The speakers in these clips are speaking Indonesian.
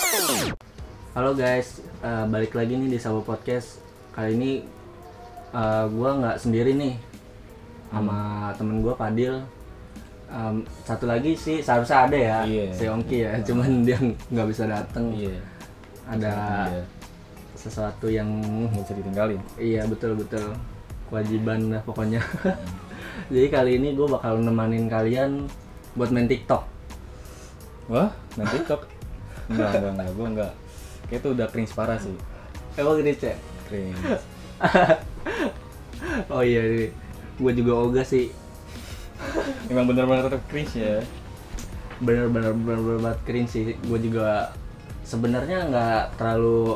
Halo guys, balik lagi nih di Sabo Podcast. Kali ini gue nggak sendiri nih, sama temen gue Fadil. Satu lagi sih seharusnya ada ya, si Ongki ya, cuman dia nggak bisa datang. Ada sesuatu yang nggak bisa ditinggalin. Iya betul, kewajiban lah pokoknya. Jadi kali ini gue bakal nemanin kalian buat main TikTok. Wah, main TikTok? Enggak, gue enggak. Kayak itu udah cringe parah sih. Emang cringe ya? Cringe. Oh iya, gue juga ogah sih. Emang bener-bener tetap cringe ya? Bener banget cringe sih. Gue juga sebenarnya nggak terlalu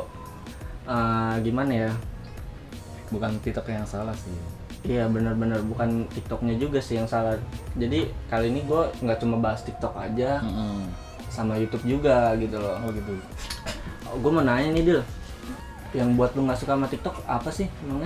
gimana ya? Bukan TikTok yang salah sih. Iya bener bukan TikToknya juga sih yang salah. Jadi kali ini gue nggak cuma bahas TikTok aja, sama YouTube juga gitu loh. Oh gitu. Gue mau nanya nih Dil, yang buat lu nggak suka sama TikTok apa sih emangnya?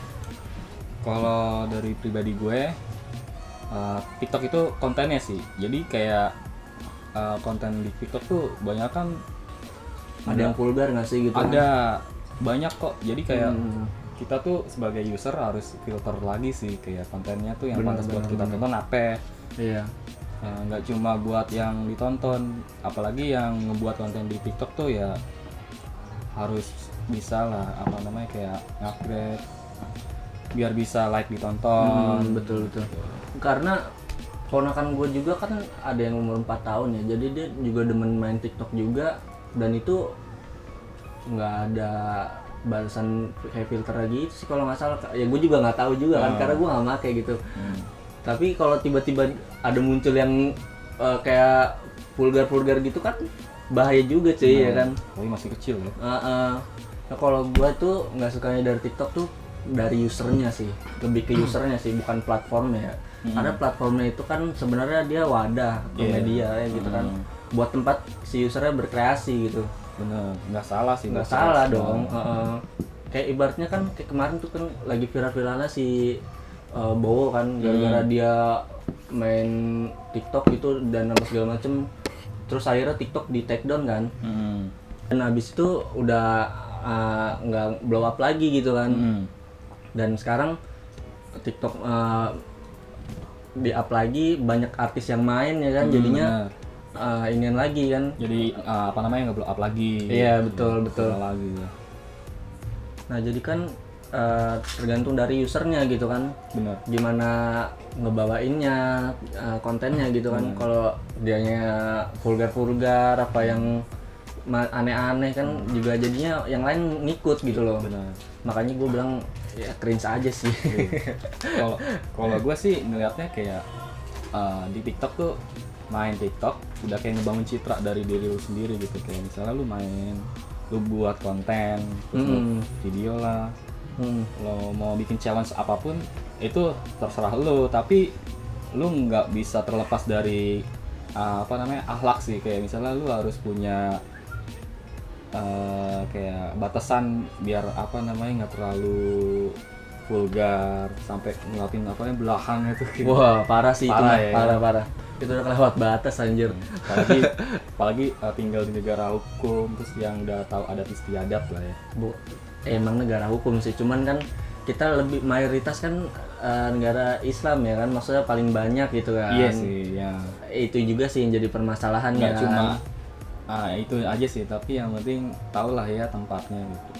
Kalau dari pribadi gue, TikTok itu kontennya sih. Jadi kayak konten di TikTok tuh banyak kan. Ada yang vulgar nggak sih gitu? Ada banyak kok. Jadi kayak kita tuh sebagai user harus filter lagi sih kayak kontennya tuh yang pantas buat kita tonton apa. Iya. Nggak cuma buat yang ditonton, apalagi yang ngebuat konten di TikTok tuh ya harus bisa lah kayak upgrade biar bisa like ditonton. Betul. Karena ponakan gue juga kan ada yang umur 4 tahun ya, jadi dia juga demen main TikTok juga, dan itu nggak ada balasan kayak filter lagi itu sih kalau nggak salah ya. Gue juga nggak tahu juga kan, karena gue nggak make gitu. Tapi kalau tiba-tiba ada muncul yang kayak vulgar gitu kan bahaya juga cuy, ya kan. Tapi masih kecil ya. Nah, kalau gue tuh nggak sukanya dari TikTok tuh dari usernya sih, lebih ke usernya sih, bukan platformnya ya. Karena platformnya itu kan sebenarnya dia wadah atau media ya gitu kan, buat tempat si usernya berkreasi gitu. Bener, nggak salah sih. Nggak salah dong. Kayak ibaratnya kan kayak kemarin tuh kan lagi viral-viralnya si Bowo kan, gara-gara dia main TikTok gitu dan apa segala macem, terus akhirnya TikTok di take down kan. Dan habis itu udah nggak blow up lagi gitu kan. Dan sekarang TikTok di up lagi, banyak artis yang main ya kan, jadinya inian lagi kan. Jadi nggak blow up lagi. Iya betul. Lagi ya. Nah jadi kan tergantung dari usernya gitu kan. Benar. Gimana ngebawainnya kontennya gitu kan. Kalau dianya vulgar apa yang aneh-aneh kan, juga jadinya yang lain ngikut gitu loh. Benar. Makanya gue bilang ya cringe aja sih. Kalau gue sih ngeliatnya kayak di TikTok tuh, main TikTok udah kayak ngebangun citra dari diri lu sendiri gitu. Kayak misalnya lu buat konten, terus lu video lah, lo mau bikin challenge apapun itu terserah lu, tapi lu nggak bisa terlepas dari akhlak sih. Kayak misalnya lu harus punya kayak batasan biar nggak terlalu vulgar sampai ngelakuin belahan itu gitu. Wah parah sih, parah itu ya. parah itu udah kelewat batas anjir. apalagi tinggal di negara hukum, terus yang udah tahu adat istiadat lah ya. Emang negara hukum sih, cuman kan kita lebih mayoritas kan negara Islam ya kan, maksudnya paling banyak gitu kan. Iya sih ya. Itu juga sih yang jadi permasalahan. Nggak ya cuma kan? itu aja sih, tapi yang penting tau lah ya tempatnya gitu.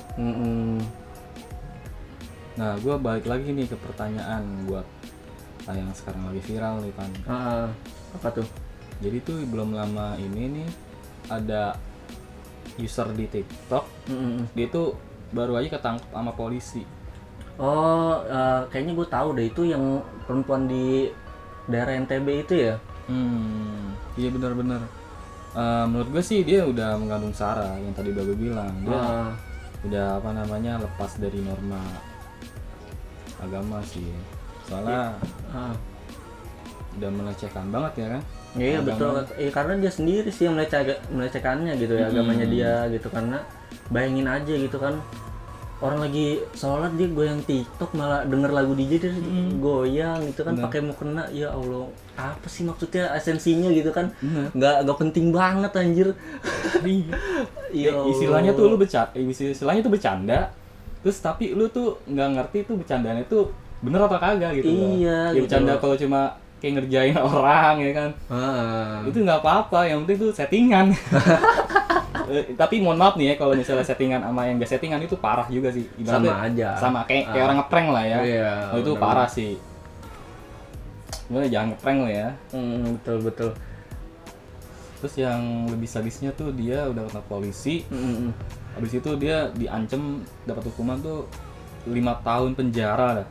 Nah, gue balik lagi nih ke pertanyaan buat yang sekarang lagi viral nih Pan. Apa tuh? Jadi tuh belum lama ini nih ada user di TikTok, dia tuh baru aja ketangkep sama polisi. Kayaknya gue tahu deh, itu yang perempuan di daerah NTB itu ya. Iya benar-benar. Menurut gue sih dia udah mengandung sara, yang tadi udah gue bilang. Dia udah lepas dari norma agama sih. Soalnya udah melecehkan banget ya kan. Iya betul. Karena dia sendiri sih yang melecehkannya gitu ya, agamanya dia gitu. Karena bayangin aja gitu kan, orang lagi sholat dia goyang TikTok malah denger lagu DJ dia goyang gitu kan pakai mukena. Ya Allah, apa sih maksudnya esensinya gitu kan? Nggak penting banget anjir. Ya, istilahnya tuh istilahnya tuh bercanda, terus tapi lu tuh nggak ngerti tuh bercandanya tuh bener atau kagak gitu. Iya, ya gitu. bercanda kalau cuma kayak ngerjain orang ya kan, itu nggak apa-apa, yang penting tuh settingan. Tapi mohon maaf nih ya, kalau misalnya settingan sama yang gak settingan itu parah juga sih. Ibaratnya sama aja. Sama kayak orang ngeprank lah ya. Iya, itu parah sih. Sebenarnya jangan ngeprank lo ya. Betul. Terus yang lebih sadisnya tuh dia udah kena polisi. Habis itu dia diancam dapat hukuman tuh 5 tahun penjara dah.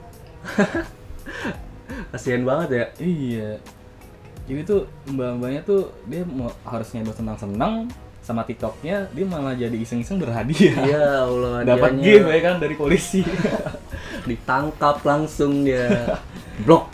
Kasian banget ya. Iya. Jadi tuh mbak-mbaknya tuh dia harusnya bersenang-senang sama TikToknya, dia malah jadi iseng-iseng berhadiah. Ya Allah, dapat gift ya kan dari polisi. Ditangkap langsung dia. Blok.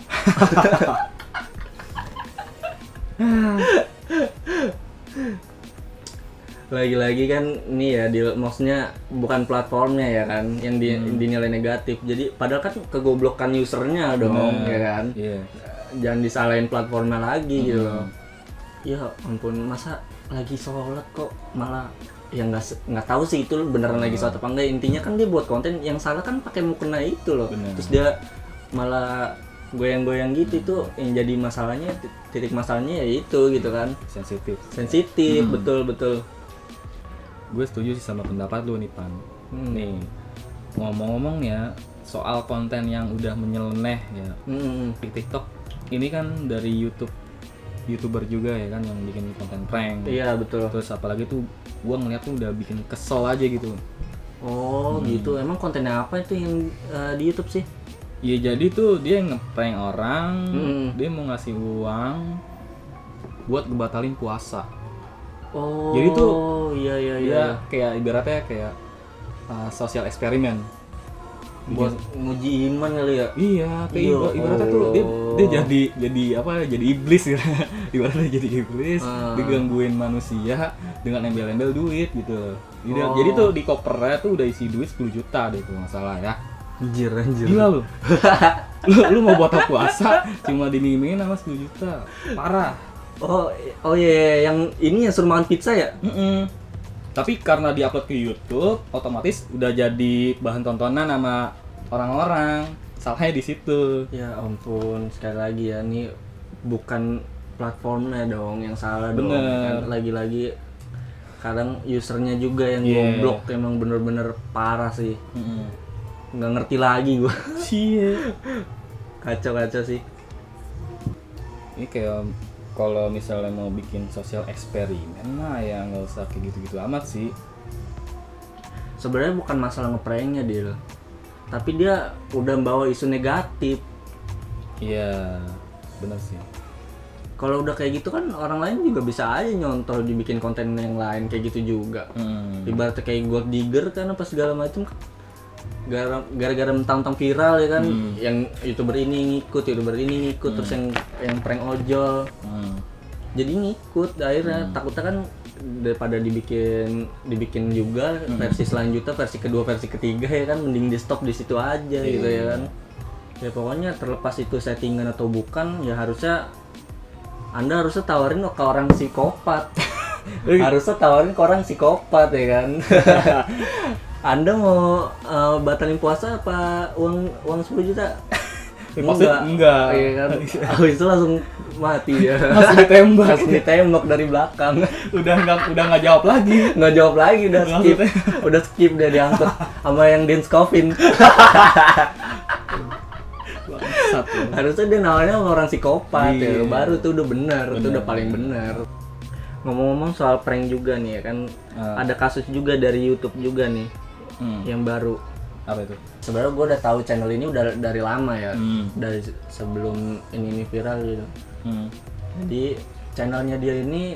Lagi-lagi kan nih ya, maksudnya bukan platformnya ya kan yang dinilai negatif. Jadi padahal kan kegoblokan usernya dong. Ya kan. Yeah. Jangan disalahin platformnya lagi gitu loh. Ya ampun, masa lagi sholat kok malah ya nggak tahu sih itu beneran lagi sholat apa enggak. Intinya kan dia buat konten, yang salah kan pakai mukena itu loh. Terus dia malah goyang-goyang gitu. Itu yang jadi masalahnya, titik masalahnya ya itu gitu kan, sensitif. Betul gue setuju sih sama pendapat lu nih Pan. Nih ngomong-ngomong ya soal konten yang udah menyeleneh ya di TikTok ini kan dari YouTuber juga ya kan yang bikin konten prank. Iya betul. Terus apalagi tuh gua ngeliat tuh udah bikin kesel aja gitu. Oh gitu. Emang kontennya apa itu yang di YouTube sih? Iya jadi tuh dia ngeprank orang, dia mau ngasih uang buat ngebatalin puasa. Oh. Jadi tuh iya. Kayak ibaratnya kayak sosial eksperimen. Buat nguji iman kali ya. Iya, kayak ibaratnya tuh dia jadi apa? Jadi iblis gitu. Ibaratnya jadi iblis, digangguin manusia dengan embel-embel duit gitu. Jadi tuh di kopernya tuh udah isi duit 10 juta deh kalau nggak salah ya. Anjir. Gila lu. lu mau buat puasa cuma dimimiin sama 10 juta. Parah. Oh iya, yang ini yang suruh makan pizza ya? Tapi karena diupload ke YouTube, otomatis udah jadi bahan tontonan sama orang-orang. Salahnya di situ. Ya ampun, sekali lagi ya, ini bukan platformnya dong yang salah. Bener. Dong. Kan lagi-lagi kadang usernya juga yang goblok, emang bener-bener parah sih. Nggak ngerti lagi gua. Kacau sih. Ini kayak kalau misalnya mau bikin sosial eksperimen mah ya nggak usah kayak gitu-gitu amat sih. Sebenarnya bukan masalah ngepranknya Dil, tapi dia udah bawa isu negatif. Iya benar sih. Kalau udah kayak gitu kan orang lain juga bisa aja nyontoh dibikin konten yang lain kayak gitu juga. Ibaratnya kayak gold digger kan apa segala macam, gara-gara mentang-mentang viral ya kan, yang youtuber ini ngikut terus yang prank ojol jadi ngikut akhirnya. Takutnya kan daripada dibikin juga versi selanjutnya, versi kedua, versi ketiga ya kan, mending di stop di situ aja gitu ya kan. Ya pokoknya terlepas itu settingan atau bukan, ya Anda harusnya tawarin ke orang psikopat. Harusnya tawarin ke orang psikopat ya kan. Anda mau batalin puasa apa uang 10 juta? Enggak. Iya kan. Habis itu langsung mati ya. Langsung ditembak dari belakang. Udah enggak jawab lagi. Udah skip dia diangkut sama yang dance coffin. Harusnya dia nawarnya sama orang psikopat ya. Baru tuh udah bener. Itu udah paling bener. Ngomong-ngomong soal prank juga nih ya kan, ada kasus juga dari YouTube juga nih. Yang baru. Apa itu? Sebenarnya gue udah tahu channel ini udah dari lama ya, dari sebelum ini viral gitu. Jadi channelnya dia ini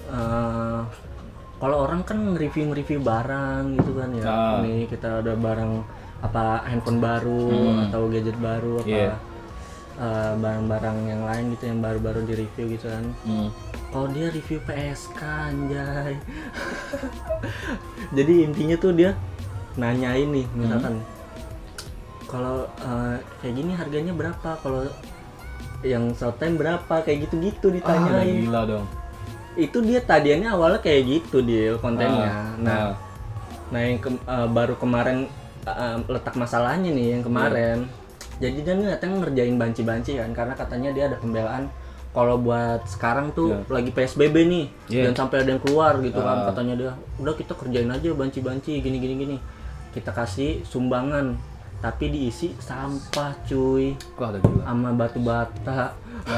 kalau orang kan review barang gitu kan ya. Nih kita ada barang apa, handphone baru atau gadget baru apa, barang-barang yang lain gitu yang baru-baru di review gitu kan. Kalau dia review PSK anjay. Jadi intinya tuh dia nanyain nih misalkan kalau kayak gini harganya berapa, kalau yang showtime berapa, kayak gitu-gitu ditanyain. Gila dong. Itu dia tadiannya awalnya kayak gitu dia kontennya. Nah yang baru kemarin letak masalahnya nih yang kemarin. Jadi dia datang ngerjain banci-banci kan, karena katanya dia ada pembelaan kalau buat sekarang tuh lagi PSBB nih, dan sampai ada yang keluar gitu kan, katanya dia udah kita kerjain aja banci-banci gini. Kita kasih sumbangan tapi diisi sampah cuy. Wah, ada gila. Sama batu bata.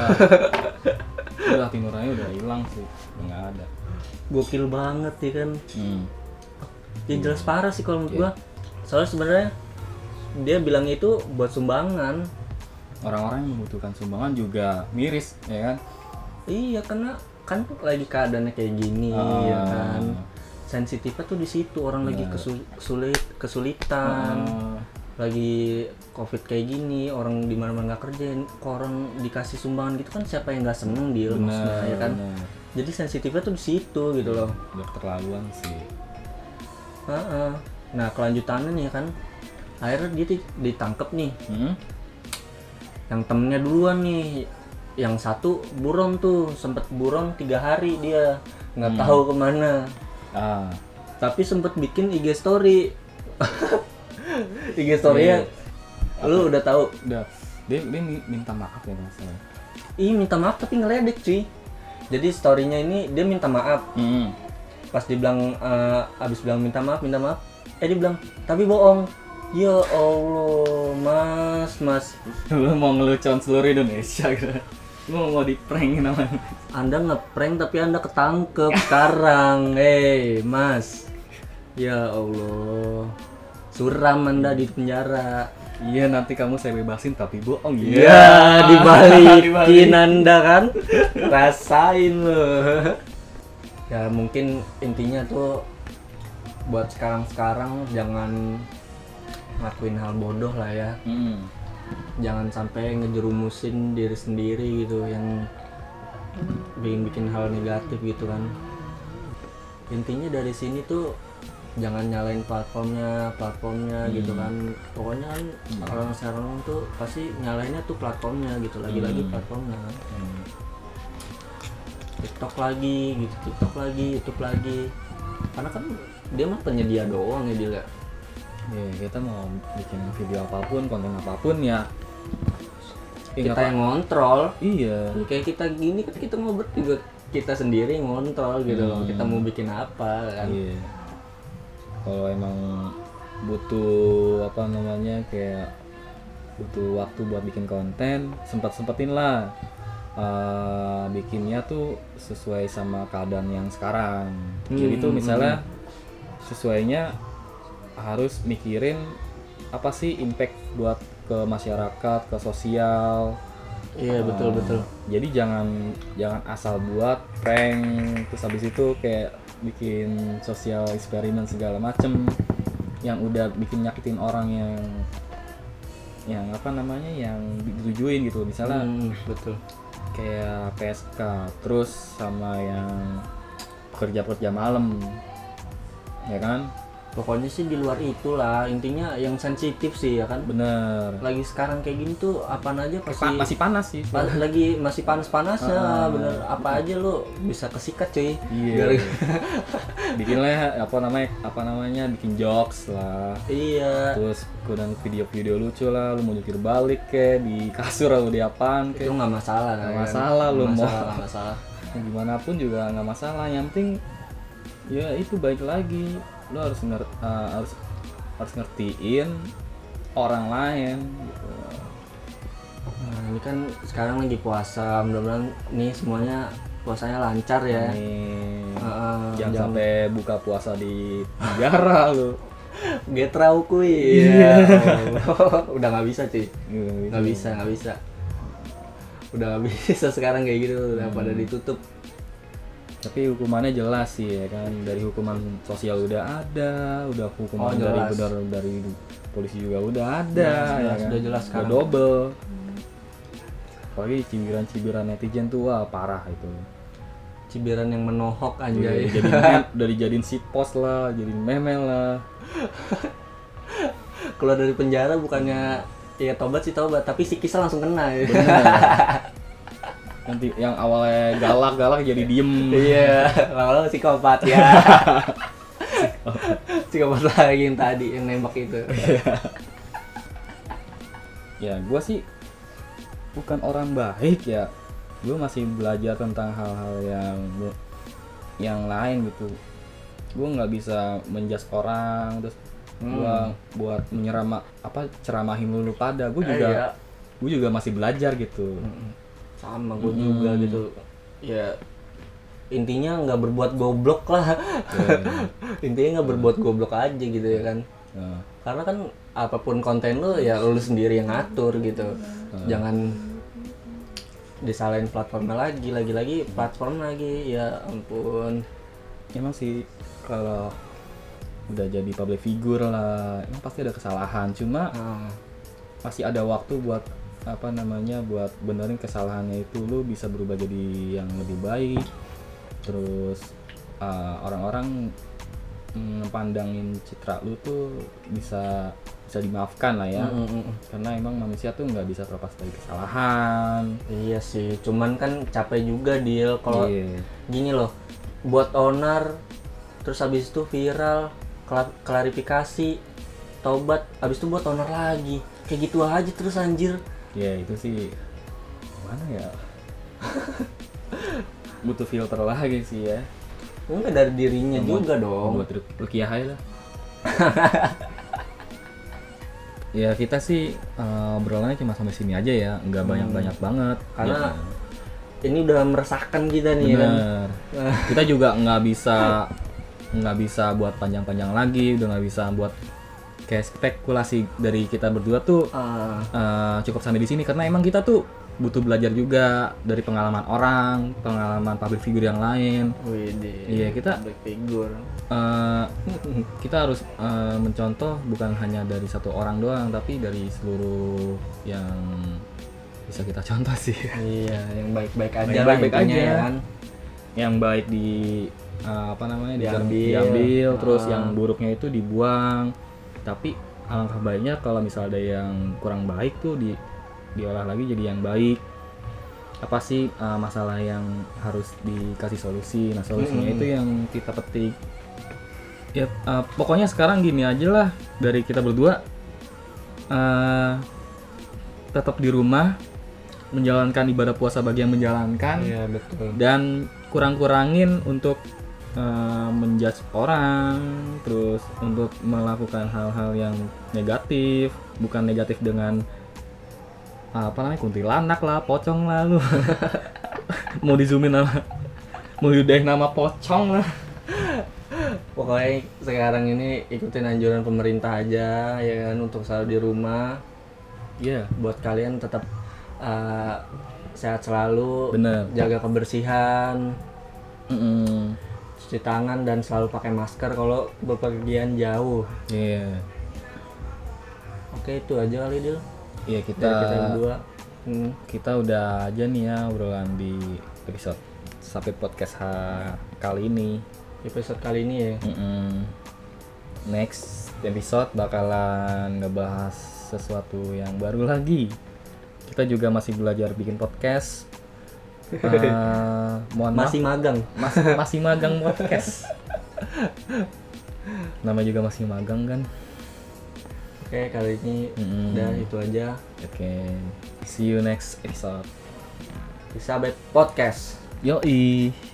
Udah timuranya udah hilang sih, udah nggak ada. Gokil banget ya kan. Ya jelas parah sih kalau menurut gua. Soalnya sebenarnya dia bilang itu buat sumbangan. Orang-orang yang membutuhkan sumbangan juga miris, ya kan? Iya, karena kan lagi keadaannya kayak gini, ya kan. Sensitifnya tuh di situ, orang lagi kesulitan. Lagi covid kayak gini, orang di mana-mana nggak kerjain, orang dikasih sumbangan gitu kan, siapa yang nggak seneng dia maksudnya, ya kan. Jadi sensitifnya tuh di situ gitu loh. Udah keterlaluan sih. Nah kelanjutannya nih kan, akhirnya dia ditangkep nih. Yang temennya duluan nih, yang satu buron tuh, sempet buron 3 hari dia nggak tahu kemana. Tapi sempet bikin IG story. IG story-nya lu udah tahu? Udah. Dia minta maaf ya masalah. Iya minta maaf tapi ngeledek cuy. Jadi story-nya ini dia minta maaf. Pas dibilang abis bilang minta maaf, dia bilang tapi bohong. Ya Allah, mas. Lu mau ngelucuan seluruh Indonesia gitu. Lu mau di-prank namanya. Anda nge-prank tapi Anda ketangkep sekarang. Mas. Ya Allah. Suram Anda di penjara. Iya, nanti kamu saya bebasin tapi bohong. Iya, dibalikin Anda kan. Rasain loh. Ya mungkin intinya tuh buat sekarang jangan ngelakuin hal bodoh lah ya. Jangan sampai ngejerumusin diri sendiri gitu yang bikin hal negatif gitu kan. Intinya dari sini tuh jangan nyalain platformnya gitu kan. Pokoknya kan orang sekarang tuh pasti nyalainnya tuh platformnya gitu, lagi-lagi platformnya. TikTok lagi gitu, YouTube lagi. Karena kan dia mah penyedia doang ya dia. Iya, kita mau bikin video apapun, konten apapun ya Kita yang ngontrol. Iya. Kayak kita gini kan, kita ngobrol juga kita sendiri ngontrol gitu loh. Kita mau bikin apa kan. Iya. Kalau emang butuh kayak butuh waktu buat bikin konten, sempetin lah. Bikinnya tuh sesuai sama keadaan yang sekarang. Jadi tuh misalnya sesuainya harus mikirin apa sih impact buat ke masyarakat, ke sosial. Iya betul. Jadi jangan asal buat prank terus habis itu kayak bikin sosial eksperimen segala macem yang udah bikin nyakitin orang yang yang ditujuin gitu misalnya. Betul. Kayak PSK terus sama yang kerja malam, ya kan? Pokoknya sih di luar itulah, intinya yang sensitif sih ya kan. Bener. Lagi sekarang kayak gini tuh apaan aja pasti masih panas sih. Lagi masih panas-panasnya, bener. Apa aja lu bisa kesikat cuy. Iya. Bikinlah bikin jokes lah. Iya. Terus kemudian video-video lucu lah, lu mau jungkir balik kayak di kasur atau di apaan kayak. Itu nggak masalah. Nggak masalah lu mau. Nggak masalah. Gimana pun juga nggak masalah. Yang penting ya itu balik lagi. Lo harus ngertiin orang lain gitu. Nah, ini kan sekarang lagi puasa, mudah-mudahan nih semuanya puasanya lancar ya. Jangan sampai buka puasa di penjara lo. Getrau kuy. Iya. Udah nggak bisa cuy. Nggak bisa. Udah nggak bisa sekarang kayak gitu, udah pada ditutup. Tapi hukumannya jelas sih ya kan, dari hukuman sosial udah ada, udah hukuman dari polisi juga udah ada, jelas, ya kan? Udah jelas sekarang. Udah double. Apalagi cibiran netizen tuh wah parah itu. Cibiran yang menohok anjay. Udah dijadiin si post lah, jadiin meme lah. keluar dari penjara bukannya ya tobat sih tobat, tapi sikisnya langsung kena ya. Nanti yang awalnya galak jadi diem. Iya, lama-lama psikopat ya. Psikopat lagi yang tadi yang nembak itu. Ya gue sih bukan orang baik ya, gue masih belajar tentang hal-hal yang lain gitu. Gue nggak bisa menjudge orang terus gue buat ceramahin lu pada. Gue juga masih belajar gitu. Sama gue juga gitu ya, intinya nggak berbuat goblok lah. Intinya nggak berbuat goblok aja gitu ya kan. Karena kan apapun konten lu ya lu sendiri yang ngatur gitu. Jangan disalahin platformnya lagi platform lagi, ya ampun. Emang sih kalau udah jadi public figure lah emang pasti ada kesalahan, cuma masih ada waktu buat buat benerin kesalahannya itu. Lu bisa berubah jadi yang lebih baik, terus orang-orang pandangin citra lu tuh bisa dimaafkan lah ya. Karena emang manusia tuh nggak bisa terlepas dari kesalahan. Iya sih, cuman kan capek juga deal kalau gini loh, buat owner terus habis itu viral, klarifikasi, taubat, habis itu buat owner lagi, kayak gitu aja terus anjir. Ya itu sih mana ya. Butuh filter lagi sih ya. Enggak dari dirinya juga dong. Buat rukiah aja lah. Ya kita sih obrolannya cuma sampai sini aja ya, nggak banyak banget. Karena ini udah meresahkan kita nih. Bener. Kan. Kita juga nggak bisa buat panjang-panjang lagi, udah nggak bisa buat kayak spekulasi dari kita berdua tuh cukup sampai di sini, karena emang kita tuh butuh belajar juga dari pengalaman orang, pengalaman public figure yang lain. Iya kita public figure. Kita harus mencontoh bukan hanya dari satu orang doang, tapi dari seluruh yang bisa kita contoh sih. Iya, yang baik-baik aja yang lah, baik-baik aja ya kan. Yang baik diambil, terus yang buruknya itu dibuang. Tapi alangkah baiknya kalau misalnya ada yang kurang baik tuh diolah lagi jadi yang baik. Apa sih masalah yang harus dikasih solusi? Nah solusinya itu yang kita petik. Ya pokoknya sekarang gini aja lah, dari kita berdua tetap di rumah, menjalankan ibadah puasa bagi yang menjalankan. Iya betul. Dan kurang-kurangin untuk menjudge orang, terus untuk melakukan hal-hal yang negatif, bukan negatif dengan kuntilanak lah, pocong lah lu. Mau di-zoomin mau diudahin nama pocong lah. Pokoknya sekarang ini ikutin anjuran pemerintah aja ya kan, untuk selalu di rumah. Iya. Buat kalian tetap sehat selalu. Bener. Jaga kebersihan. Cuci tangan dan selalu pakai masker kalau bepergian jauh. Iya. Oke, itu aja kali Dil. Iya, kita berdua. Kita udah aja nih ya obrolan di episode sampai podcast kali ini. Episode kali ini ya. Next episode bakalan ngebahas sesuatu yang baru lagi. Kita juga masih belajar bikin podcast. Masih magang. Masih magang podcast. Nama juga masih magang kan. Oke, kali ini udah itu aja. Oke. See you next episode. Isabet Podcast. Yoi.